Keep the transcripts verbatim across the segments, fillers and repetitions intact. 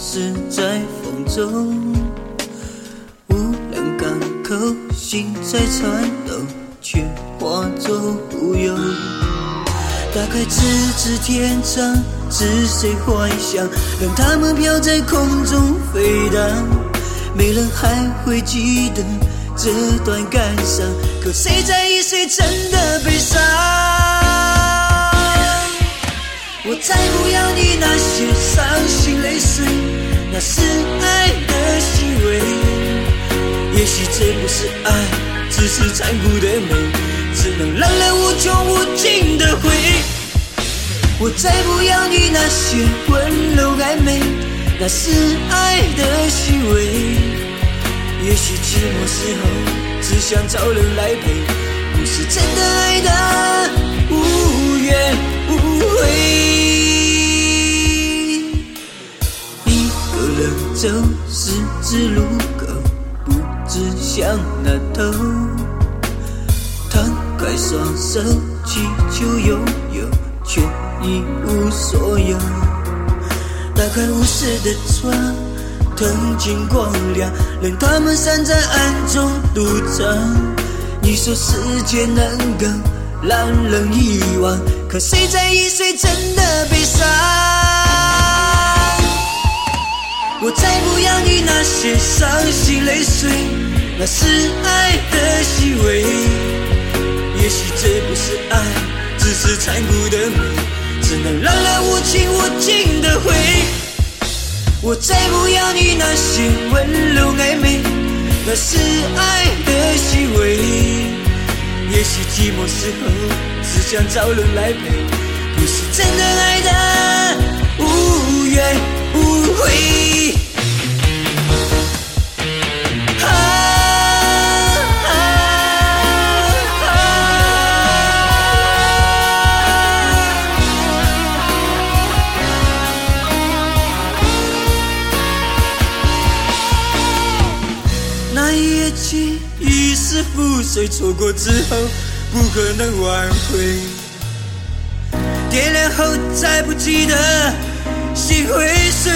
失在风中，无量港口，心在颤抖，却化作乌有。打开咫尺天长，是谁幻想让它们飘在空中飞荡？没人还会记得这段感伤，可谁在意谁真的悲伤？我再不要你那些伤心泪水，那是爱的虚伪。也许这不是爱，只是残酷的美，只能让人无穷无尽的回忆。我再不要你那些温柔暧昧，那是爱的虚伪。也许寂寞时候只想找人来陪，不是真的爱的无怨无悔。一个人走十字路口，不知向哪头，摊开双手祈求拥有，却一无所有。打开无视的窗，腾进光亮，让他们散在暗中独唱。你说世界能够让人遗忘，可谁在意谁真的悲伤？我再不要你那些伤心泪水，那是爱的虚伪。也许这不是爱，只是残酷的美，只能让人无情无尽的回忆。我再不要你那些温柔暧昧，那是爱的虚伪。也许寂寞时候只想找人来陪，不是真的爱的无怨无悔。那一夜起已是覆水，错过之后不可能挽回。点亮后再不记得，心会碎。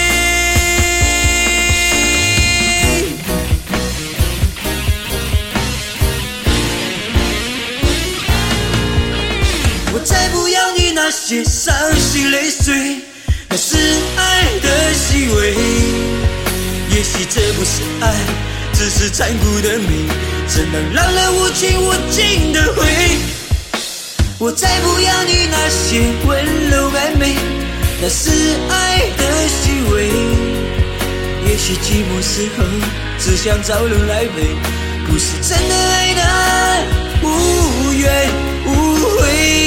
我再不要你那些伤心泪水，那是爱的虚伪。也许这不是爱，只是残酷的美，只能让人无情无尽的回忆。我再不要你那些温柔暧昧，那是爱的虚伪。也许寂寞时候只想找人来陪，不是真的爱的无怨无悔。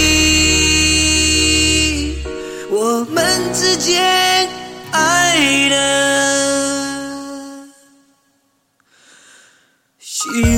我们之间爱的虚